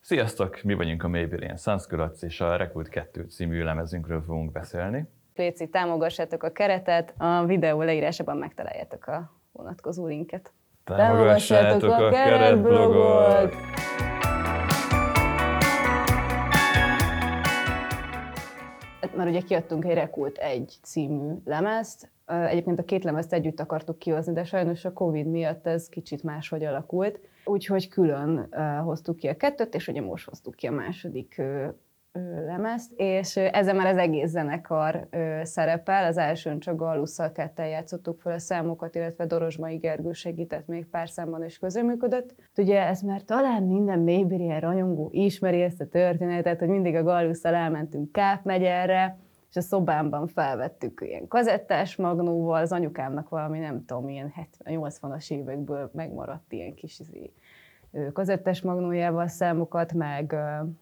Sziasztok! Mi vagyunk a Maybelline Sunscreen és a Recult 2 című lemezünkről fogunk beszélni. Léci, támogassátok a keretet, a videó leírásában megtaláljátok a vonatkozó linket. Támogassátok a keretblogot! Már ugye kiadtunk egy Recult 1 című lemezt, egyébként a két lemezt együtt akartuk kihozni, de sajnos a Covid miatt ez kicsit máshogy alakult, úgyhogy külön hoztuk ki a kettőt, és ugye most hoztuk ki a második lemezt, és ezen már az egész zenekar szerepel, az elsőn csak Gallusszal ketten játszottuk fel a számokat, illetve Dorozsmai Gergő segített még pár számban is közreműködött. Ugye ez már talán minden Maybelline rajongó ismeri ezt a történetet, hogy mindig a Gallusszal elmentünk Káp-megyerre, és a szobámban felvettük ilyen kazettás magnóval, az anyukámnak valami, nem tudom, ilyen 80-as évekből megmaradt ilyen kis kazettás magnójával számokat, meg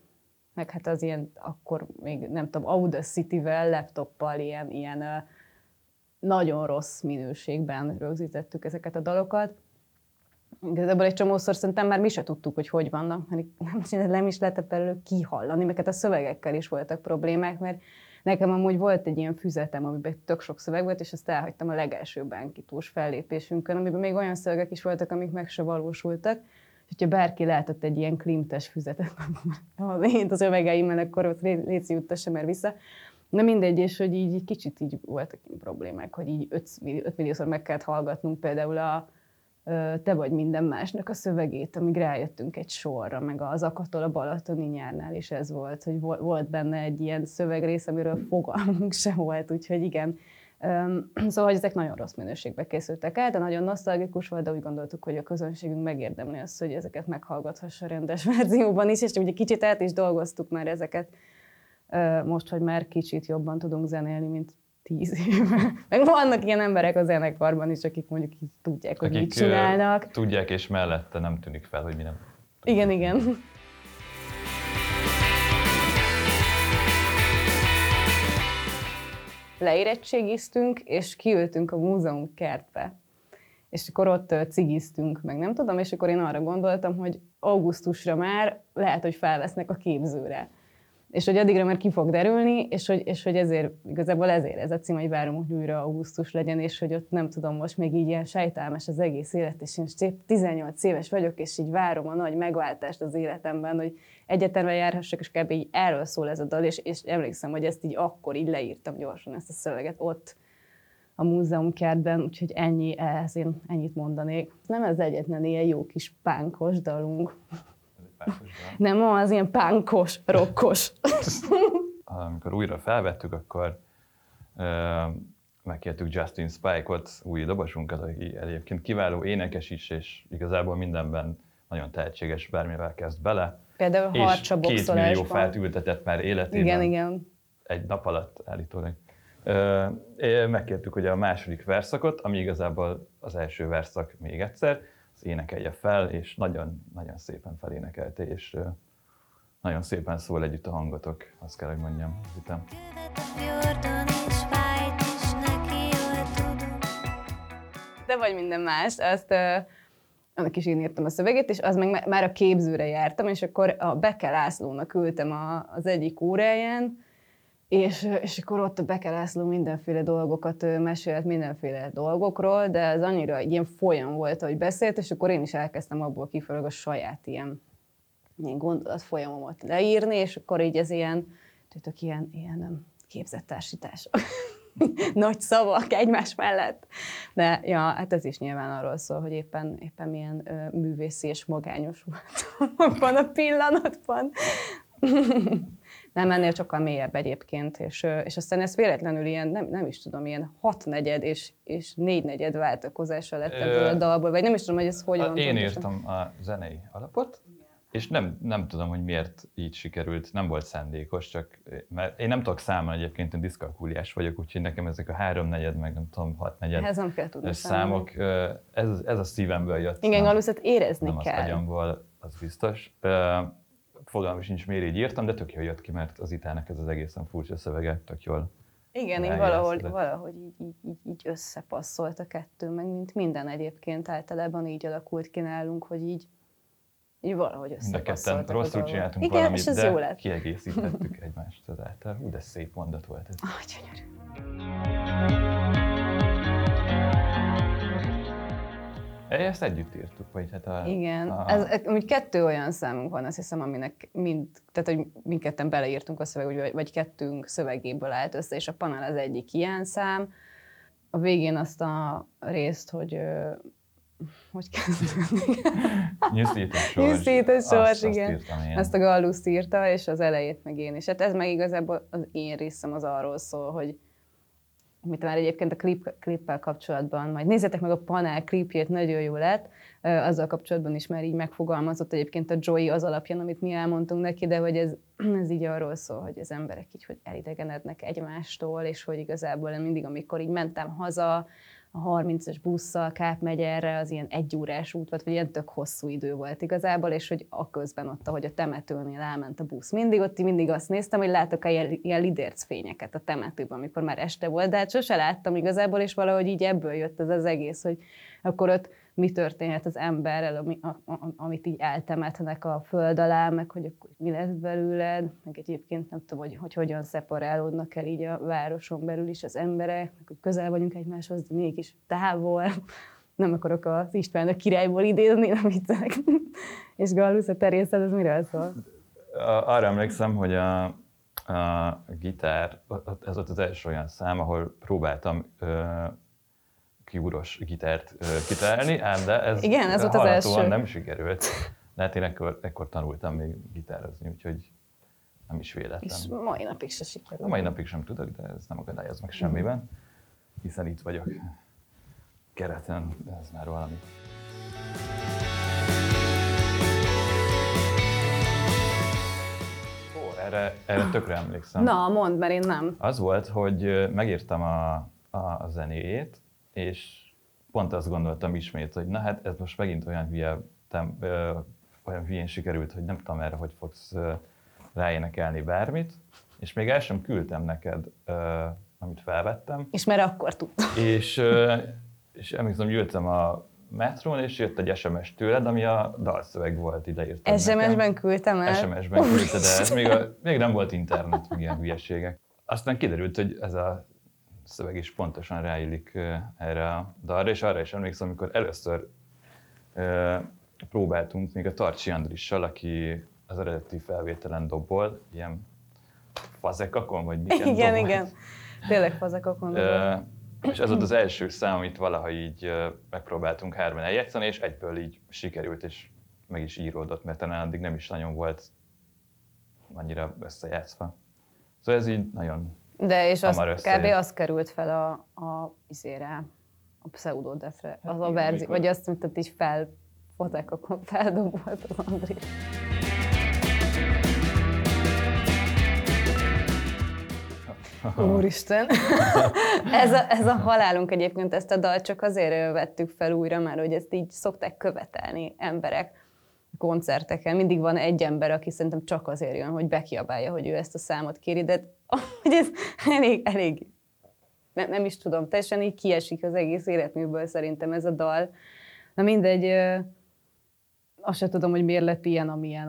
hát az ilyen, akkor még nem tudom, Audacity-vel, laptoppal ilyen nagyon rossz minőségben rögzítettük ezeket a dalokat. Igazából egy csomószor szerintem már mi se tudtuk, hogy vannak, mert nem is lehetett belőle kihallani, mert a szövegekkel is voltak problémák, mert nekem amúgy volt egy ilyen füzetem, amiben tök sok szöveg volt, és azt elhagytam a legelső bánkitús fellépésünkön, amiben még olyan szövegek is voltak, amik meg se valósultak. És hogyha bárki látott egy ilyen klimtes füzetet a szövegeimmel, akkor ott léci juttassa már vissza. Na mindegy, és hogy így kicsit így voltak problémák, hogy így 5 milliószor meg kellett hallgatnunk például a Te vagy minden másnak a szövegét, amíg rájöttünk egy sorra, meg az Akatol a balatoni nyárnál is ez volt, hogy volt benne egy ilyen szövegrész, amiről fogalmunk se volt, úgyhogy igen. Szóval, hogy ezek nagyon rossz minőségbe készültek el, de nagyon nosztalgikus volt, de úgy gondoltuk, hogy a közönségünk megérdemli azt, hogy ezeket meghallgathassa rendes verzióban is, és ugye kicsit át is dolgoztuk már ezeket most, hogy már kicsit jobban tudunk zenélni, mint 10 éve. Meg vannak ilyen emberek a zenekarban is, akik mondjuk így tudják, hogy mit csinálnak. Tudják, és mellette nem tűnik fel, hogy mi nem. Igen. Leérettségiztünk, és kiültünk a múzeum kertbe. És akkor ott cigiztünk, meg nem tudom, és akkor én arra gondoltam, hogy augusztusra már lehet, hogy felvesznek a képzőre. És hogy addigra már ki fog derülni, és hogy ezért, igazából ezért ez a cím, hogy várom, hogy újra augusztus legyen, és hogy ott nem tudom, most még így ilyen sejtelmes az egész élet, és én 18 éves vagyok, és így várom a nagy megváltást az életemben, hogy egyetemre járhassak, és kb. Így erről szól ez a dal, és emlékszem, hogy ezt így akkor így leírtam gyorsan, ezt a szöveget ott a múzeumkertben, úgyhogy ehhez én ennyit mondanék. Nem ez egyetlen ilyen jó kis pánkos dalunk. Nem, az ilyen pánkos, rokkos. Amikor újra felvettük, akkor megkértük Justin Spike-ot, új dobosunkat, aki egyébként kiváló énekes is, és igazából mindenben nagyon tehetséges, bármivel kezd bele. Például harcsa boxolásban. 2 millió fát ültetett már életében. Igen. Egy nap alatt állítólag. Megkértük ugye a második verszakot, ami igazából az első verszak még egyszer, az énekelje fel, és nagyon, nagyon szépen felénekelte, és nagyon szépen szól együtt a hangotok, azt kell, hogy mondjam. Hitem. De vagy minden más, azt annak is én írtam a szöveget, és az meg már a képzőre jártam, és akkor a Beke Lászlónak ültem az egyik óráján, és akkor ott a Beke László mindenféle dolgokat mesélt mindenféle dolgokról, de ez annyira egy ilyen folyam volt, ahogy beszélt, és akkor én is elkezdtem abból kifolyólag a saját ilyen gondolatfolyamomat leírni, és akkor így ez ilyen képzett társítások. Nagy szavak egymás mellett. De ja, hát ez is nyilván arról szól, hogy éppen milyen művészi és magányos voltam abban a pillanatban. Nem, ennél sokkal mélyebb egyébként, és aztán ez véletlenül ilyen, nem is tudom, ilyen 6/4 és 4/4 váltakozása lett ebből a dalból, vagy nem is tudom, hogy ez hogy van. Én írtam a zenei alapot, és nem tudom, hogy miért így sikerült, nem volt szándékos, csak mert én nem tudok számolni egyébként, én diszkalkuliás vagyok, úgyhogy nekem ezek a 3/4, meg nem tudom, 6/4 ez nem kell tudni számok, ez a szívemből jött. Igen, Galuszat érezni nem kell. Nem az agyamból, az biztos. Fogalmam sincs, miért így írtam, de tök jól jött ki, mert az Itának ez az egészen furcsa szövege, tök jól. Igen, így valahogy így összepasszolt a kettő, meg mint minden egyébként általában így alakult ki nálunk, hogy így így valahogy Mind a ketten összepasszoltak a rosszul dolgok. csináltunk Igen, valamit, és ez jó de lett. kiegészítettük egymást ezáltal. De szép mondat volt ez. Gyönyörű. Ezt együtt írtuk, vagy hát Igen, ez úgy 2 olyan számunk van, azt hiszem, aminek tehát hogy mindketten beleírtunk a szövegbe, vagy 2 szövegéből állt össze, és a panel az egyik ilyen szám. A végén azt a részt, hogy kezdődik? Nyűszített Sors, igen. Azt írtam én. Ezt a Gallus írta, és az elejét meg én is. Hát ez meg igazából az én részem az arról szól, hogy amit már egyébként a klippel kapcsolatban, majd nézzetek meg a panel klipjét, nagyon jó lett, azzal kapcsolatban is már így megfogalmazott egyébként a Joey az alapján, amit mi elmondtunk neki, de hogy ez így arról szól, hogy az emberek így, hogy elidegenednek egymástól, és hogy igazából mindig, amikor így mentem haza, a 30-as busszal Kápmegyerre, az ilyen 1 órás út volt, vagy ilyen tök hosszú idő volt igazából, és hogy aközben ott, ahogy a temetőnél elment a busz, mindig azt néztem, hogy látok ilyen lidércfényeket a temetőben, amikor már este volt, de hát sose láttam igazából, és valahogy így ebből jött ez az egész, hogy akkor ott mi történhet az emberrel, amit így eltemetnek a föld alá, meg hogy akkor mi lesz belőled, meg egyébként nem tudom, hogy hogyan szeparálódnak el így a városon belül is az emberek, meg hogy közel vagyunk egymáshoz, de mégis távol. Nem akarok az István a királyból idézni, nem viccelek. És Gallus, a terészed, az miről szól? Arra emlékszem, hogy a gitár, ez volt az első olyan szám, ahol próbáltam kiúros gitárt kitalálni, ám de ez, igen, ez volt az első. Nem sikerült. De hát én ekkor tanultam még gitározni, úgyhogy nem is véletlen. És mai napig se sikerült. A mai napig sem tudok, de ez nem akadályoz meg semmiben, hiszen itt vagyok kereten, ez már valami. Erre tökre emlékszem. Na, mondd, mert én nem. Az volt, hogy megírtam a zenéjét, és pont azt gondoltam ismét, hogy na hát ez most megint olyan hülyén sikerült, hogy nem tudom erre, hogy fogsz ráénekelni bármit, és még el sem küldtem neked, amit felvettem. És mert akkor tudtam. És emlékszem, ültem a metrón, és jött egy SMS tőled, ami a dalszöveg volt, ideírtad SMS-ben küldtem el? SMS-ben küldted el, ez még nem volt internet, meg ilyen hülyeségek. Aztán kiderült, hogy ez a szöveg is pontosan ráillik erre a dalra, és arra is emlékszem, amikor először próbáltunk még a Tarcsi Andrissal, aki az eredeti felvételen dobol, ilyen fazekakon, vagy miken igen, dobolt. igen. Tényleg fazekakon dobol. És ez volt az első szám, amit valaha így megpróbáltunk 3-an eljátszani, és egyből így sikerült, és meg is íródott, mert talán addig nem is nagyon volt annyira összejátszva. Szóval ez így nagyon de és hamar kb. Az került fel a pseudodefre, az a verzió, vagy azt, mint így fazekakon feldobolt az Andris. Úristen! ez a halálunk egyébként, ezt a dalt csak azért vettük fel újra, mert hogy ezt így szokták követelni emberek koncerteken. Mindig van egy ember, aki szerintem csak azért jön, hogy bekiabálja, hogy ő ezt a számot kéri, de hogy ez elég nem is tudom, teljesen így kiesik az egész életműből szerintem ez a dal. Na mindegy, azt sem tudom, hogy miért lett ilyen, amilyen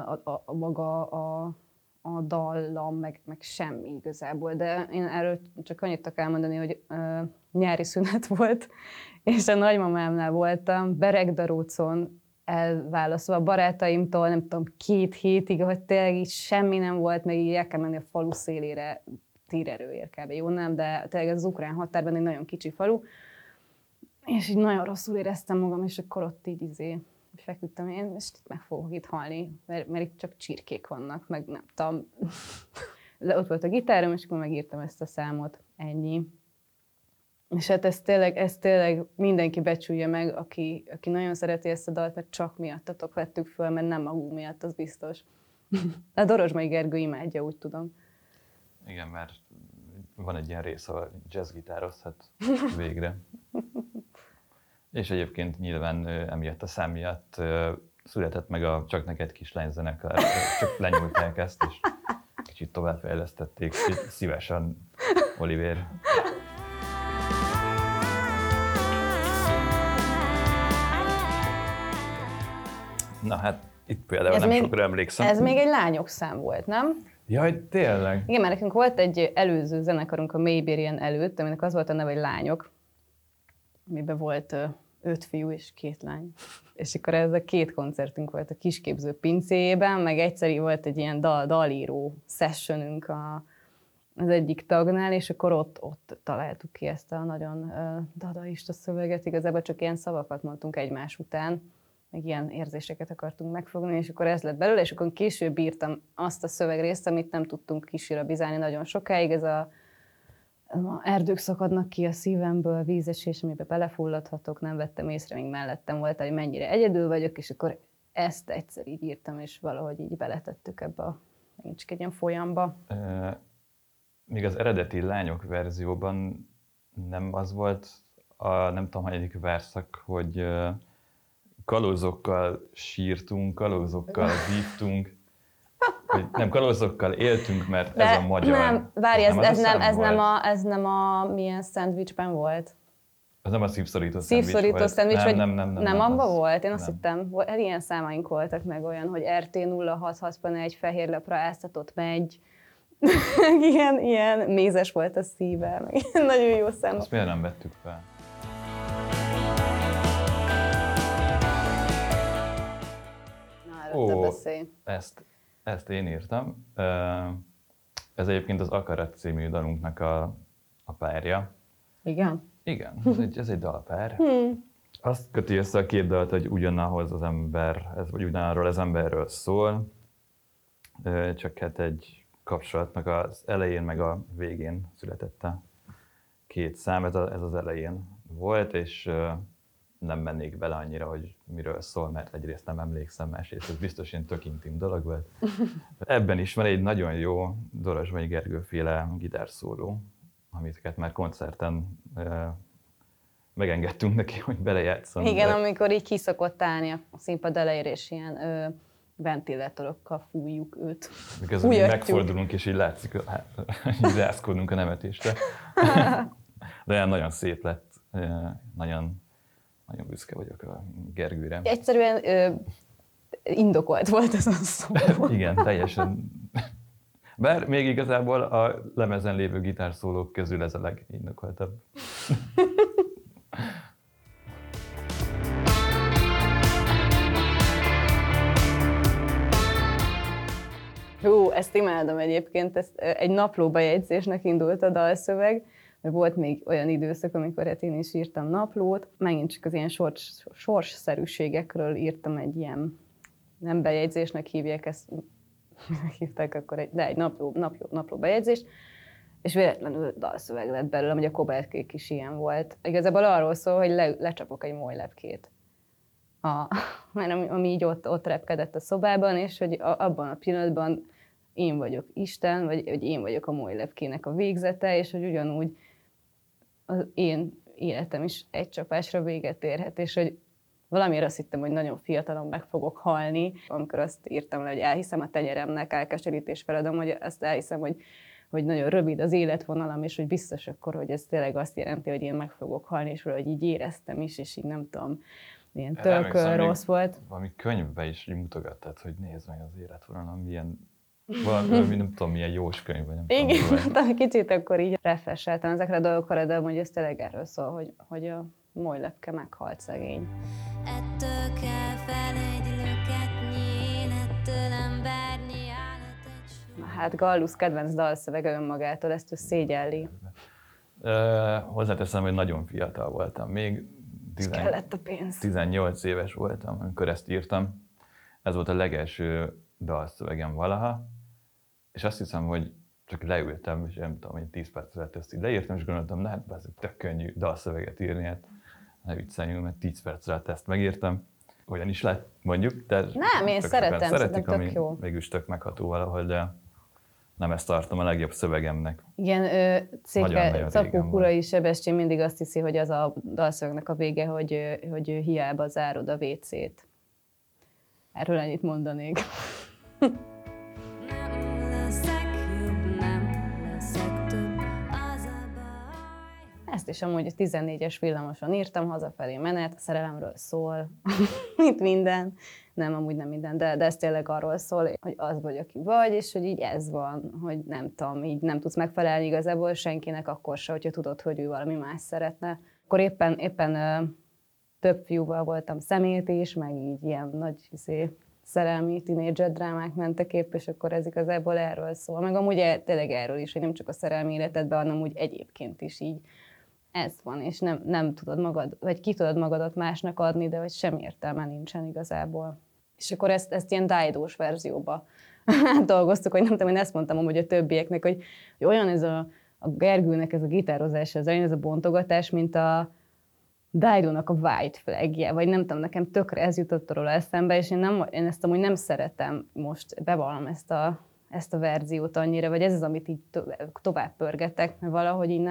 a dallam, meg semmi igazából, de én erről csak annyit tudok elmondani, hogy nyári szünet volt, és a nagymamámnál voltam, Beregdarócon elválaszolva a barátaimtól, nem tudom, 2 hétig, hogy tényleg így semmi nem volt, meg így el kell menni a falu szélére, térerőért kb. Jó, nem, de tényleg ez az ukrán határban egy nagyon kicsi falu, és így nagyon rosszul éreztem magam, és akkor ott így feküdtem én, és meg fogok itt halni, mert itt csak csirkék vannak, meg nem tudom. De ott volt a gitárom, és akkor megírtam ezt a számot, ennyi. És hát ez tényleg mindenki becsülje meg, aki nagyon szereti ezt a dalt, mert csak miattatok vettük föl, mert nem magunk miatt, az biztos. A Dorozsmai Gergő imádja, úgy tudom. Igen, mert van egy ilyen rész, ahol jazzgitározhat végre. És egyébként nyilván emiatt a szám miatt született meg a Csak neked kislány zenekar, csak lenyúlták ezt, és kicsit továbbfejlesztették, szívesen Olivér. Na hát, Itt például nem sokra emlékszem. Ez még egy lányok szám volt, nem? Jaj, tényleg? Igen, mert nekünk volt egy előző zenekarunk a Mayberian előtt, aminek az volt a neve, hogy Lányok, amiben volt 5 fiú és 2 lány. És akkor ez a 2 koncertünk volt a Kisképző pincéjében, meg egyszer volt egy ilyen dalíró sessionünk az egyik tagnál, és akkor ott találtuk ki ezt a nagyon dadaista szöveget. Igazából csak ilyen szavakat mondtunk egymás után, meg ilyen érzéseket akartunk megfogni, és akkor ez lett belőle, és akkor később írtam azt a szövegrészt, amit nem tudtunk kisirabizálni nagyon sokáig, ez a erdők szakadnak ki a szívemből, vízesés, amiben belefulladhatok, nem vettem észre, még mellettem volt, hogy mennyire egyedül vagyok, és akkor ezt egyszer így írtam, és valahogy így beletettük ebbe csak egy ilyen folyamba. Még az eredeti Lányok verzióban nem az volt nem tudom, hanyadik verszak, hogy kalózokkal sírtunk, kalózokkal vívtunk, hogy nem, kalózokkal éltünk, mert ez a magyar. Nem, várj, ez nem a milyen szendvicsben volt? Az nem a szívszorító szendvics volt. Nem abban az, volt? Én azt hittem, ilyen számaink voltak meg olyan, hogy RT 0661 fehér lapra áztatott megy. ilyen mézes volt a szíve. Nagyon jó szám. Azt miért nem vettük fel? Na, beszélj. Ezt én írtam. Ez egyébként az Akarat című dalunknak a párja. Igen? Igen, ez egy dalpár. Azt köti össze a 2 dalt, hogy ugyanahoz az ember, vagy ugyanarról az emberről szól, csak hát egy kapcsolatnak az elején meg a végén született a 2 szám, ez az elején volt, és nem mennék bele annyira, hogy miről szól, mert egyrészt nem emlékszem, másrészt ez biztos egy tök intim dolog volt. Ebben is van egy nagyon jó Dorosmai Gergő-féle gitárszóló, amit már koncerten megengedtünk neki, hogy belejátszom. Igen, amikor így ki szokott állni a színpad elejére, és ilyen ventilátorokkal fújjuk őt. Miközben mi megfordulunk, és így látszik, így rászkodunk a nevetésre. De nagyon szép lett, nagyon büszke vagyok a Gergőre. Egyszerűen indokolt volt ez a szó. Igen, teljesen. Bár még igazából a lemezen lévő gitárszólók közül ez a legindokoltabb. Ezt imádom egyébként, ez egy naplóbejegyzésnek indult a dalszöveg, mert volt még olyan időszak, amikor hát én is írtam naplót, megint csak az ilyen sorsszerűségekről írtam egy ilyen, nem bejegyzésnek hívják ezt, hívták akkor egy naplóbejegyzést, és véletlenül dalszöveg lett belőlem, hogy a Kobaltkék is ilyen volt. Igazából arról szól, hogy lecsapok egy molylepkét. Ami így ott repkedett a szobában, és hogy abban a pillanatban én vagyok Isten, vagy hogy én vagyok a molylepkének a végzete, és hogy ugyanúgy az én életem is egy csapásra véget érhet, és hogy valamiért azt hittem, hogy nagyon fiatalon meg fogok halni, amikor azt írtam le, hogy elhiszem a tenyeremnek, elkeserítés feladom, hogy azt elhiszem, hogy nagyon rövid az életvonalam, és hogy biztos akkor, hogy ez tényleg azt jelenti, hogy én meg fogok halni, és valahogy így éreztem is, és így nem tudom, ilyen tök rossz volt. Valami könyvbe is mutogattad, hogy nézd meg az életvonalam, milyen valami nem tudom, milyen jós könyv, vagy nem tudom. Igen, kicsit akkor így refresseltem ezekre a dolgokra, de hogy ez tényleg erről szól, hogy a molylepke meghalt szegény. Ettől kell felhegylöketni, ettől embernyi állat egy. Hát Gallus kedvenc dalszövege önmagától, ezt ő szégyelli. Hozzáteszem, hogy nagyon fiatal voltam. Még 18 éves voltam, amikor ezt írtam. Ez volt a legelső dalszövegem valaha, és azt hiszem, hogy csak leültem, és nem tudom, hogy 10 perc alatt ezt így leírtam, és gondoltam, na hát ez tök könnyű dalszöveget írni, hát ne vicceljünk, mert 10 perc alatt ezt megírtam. Olyan is lett, mondjuk, de nem, én szeretem, szeretik, tök jó. Mégis tök megható valahol, de nem ezt tartom a legjobb szövegemnek. Igen, Capó Kurai Sebestyén mindig azt hiszi, hogy az a dalszövegnek a vége, hogy hiába zárod a WC-t. Erről ennyit mondanék. lemezt, és amúgy a 14-es villamoson írtam, hazafelé menet, a szerelemről szól, mint minden. Nem, amúgy nem minden, de ez tényleg arról szól, hogy az vagy, aki vagy, és hogy így ez van, hogy nem tudom, így nem tudsz megfelelni igazából senkinek akkor se, hogyha tudod, hogy ő valami más szeretne. Akkor éppen több fiúval voltam szemét is, meg így ilyen nagy szerelmi tínédzser drámák mentek épp, és akkor ez igazából erről szól. Meg amúgy tényleg erről is, hogy nem csak a szerelmi életedben, hanem úgy egyébként is így ez van, és nem tudod magad, vagy ki tudod magadat másnak adni, de hogy semmi értelme nincsen igazából. És akkor ezt ilyen dájdós verzióba dolgoztuk, hogy nem tudom, én ezt mondtam amúgy a többieknek, hogy olyan ez a Gergőnek ez a gitározás, ez a bontogatás, mint a Dido-nak a White Flagje, vagy nem tudom, nekem tökre ez jutott róla eszembe, és én ezt amúgy nem szeretem most, bevallom ezt a verziót annyira, vagy ez az, amit így tovább pörgetek, mert valahogy így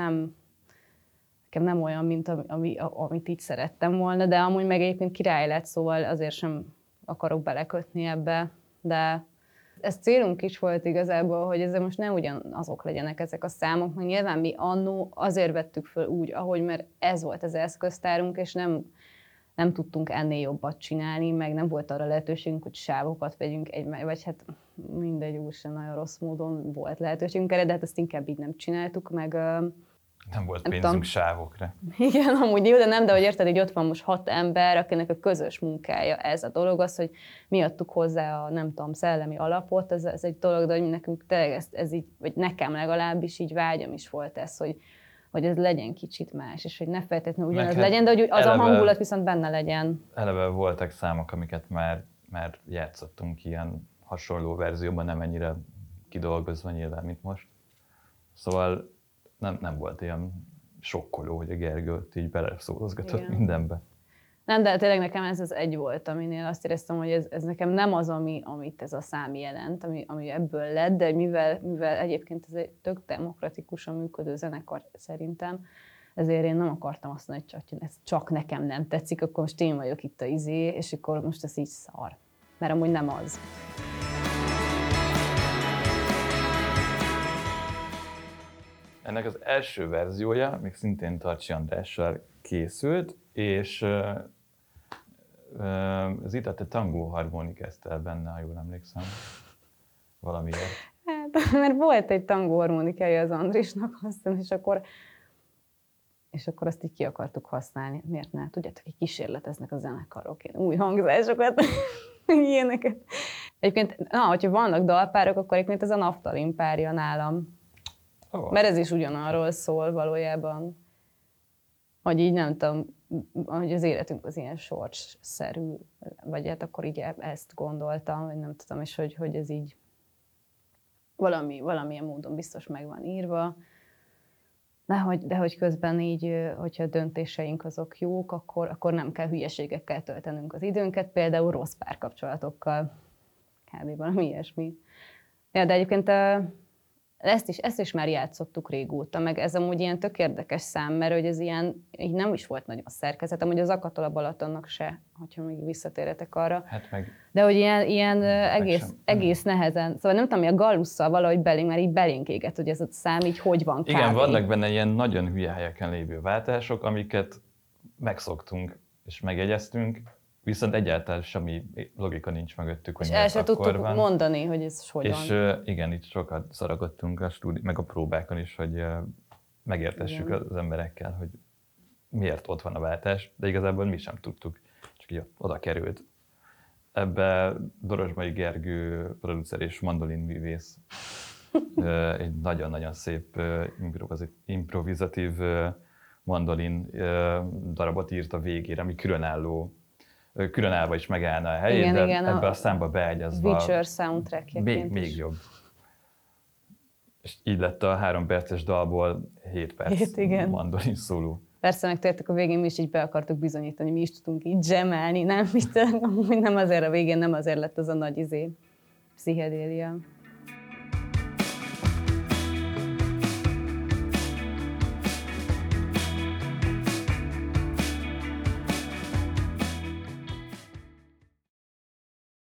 nekem nem olyan, mint amit így szerettem volna, de amúgy meg egyébként király lett, szóval azért sem akarok belekötni ebbe, de ez célunk is volt igazából, hogy ezzel most ne ugyanazok legyenek ezek a számok, meg nyilván mi annó azért vettük föl úgy, ahogy, mert ez volt az eszköztárunk, és nem tudtunk ennél jobbat csinálni, meg nem volt arra lehetőségünk, hogy sávokat vegyünk vagy hát mindegy, úgyse nagyon rossz módon volt lehetőségünk erre, de hát ezt inkább így nem csináltuk, meg nem volt pénzünk sávokra. Igen, amúgy jó, de nem, de hogy érted, hogy ott van most 6 ember, akinek a közös munkája ez a dolog, az, hogy mi adtuk hozzá a, nem tudom, szellemi alapot, ez egy dolog, de hogy nekünk tényleg ez így, vagy nekem legalábbis így vágyam is volt ez, hogy ez legyen kicsit más, és hogy ne feltétlenül ugyanaz legyen, de hogy az a hangulat viszont benne legyen. Eleve voltak számok, amiket már játszottunk ilyen hasonló verzióban, nem ennyire kidolgozva nyilván, mint most. Szóval nem volt ilyen sokkoló, hogy a Gergő így beleszólozgatott mindenbe. Nem, de tényleg nekem ez az egy volt, aminél azt éreztem, hogy ez nekem nem az, amit ez a szám jelent, ami ebből lett, de mivel egyébként ez egy tök demokratikusan működő zenekar szerintem, ezért én nem akartam azt mondani, hogy ez csak nekem nem tetszik, akkor most én vagyok itt a és akkor most ez így szar. Mert amúgy nem az. Ennek az első verziója még szintén Tarcsi Andrással készült, és az itt a tangó harmonikáztál benne, ha jól emlékszem, valamiért. Hát, mert volt egy tangó harmonikája az Andrisnak, aztán, és akkor azt így ki akartuk használni. Miért ne? Tudjátok, hogy kísérleteznek a zenekarok, ilyen új hangzásokat, ilyeneket. Egyébként, hogyha vannak dalpárok, akkor egyébként ez a Naftalin párja nálam. Oh. Mert ez is ugyanarról szól valójában, hogy így nem tudom, hogy az életünk az ilyen sorszerű, vagy hát akkor így ezt gondoltam, vagy nem tudom, és hogy ez így valamilyen módon biztos meg van írva, de hogy közben így, hogyha a döntéseink azok jók, akkor nem kell hülyeségekkel töltenünk az időnket, például rossz párkapcsolatokkal, kb. Valami ilyesmi. Ja, de egyébként ezt is már játszottuk régóta, meg ez amúgy ilyen tök érdekes szám, mert hogy ez ilyen, így nem is volt nagyon szerkezet, amúgy az Akatol a Balatonnak se, hogyha még visszatérhetek arra. Hát meg... De hogy ilyen egész nehezen, szóval nem tudom, hogy a Gallusszal valahogy már így belénk égett, hogy ez a szám így hogy van kb. Igen, vannak benne ilyen nagyon hülye helyeken lévő váltások, amiket megszoktunk és megjegyeztünk, viszont egyáltalán semmi logika nincs mögöttük, hogy el sem tudtuk van. mondani, hogy ez hogyan. És igen, itt sokat szarakodtunk a meg a próbákon is, hogy megértessük az emberekkel, hogy miért ott van a váltás, de igazából mi sem tudtuk, csak így oda került. Ebbe Dorosbai Gergő producer és mandolinművész egy nagyon-nagyon szép improvizatív mandolin darabot írt a végére, ami különállva is megállna a helyét, igen, de igen, ebbe a számba beágyazva Witcher soundtrackjeként még jobb. És így lett a 3 perces dalból 7 perc mandolin szóló. Persze, meg tényleg a végén mi is így be akartuk bizonyítani, mi is tudunk így jammelni, nem azért a végén nem azért lett az a nagy pszichedélia.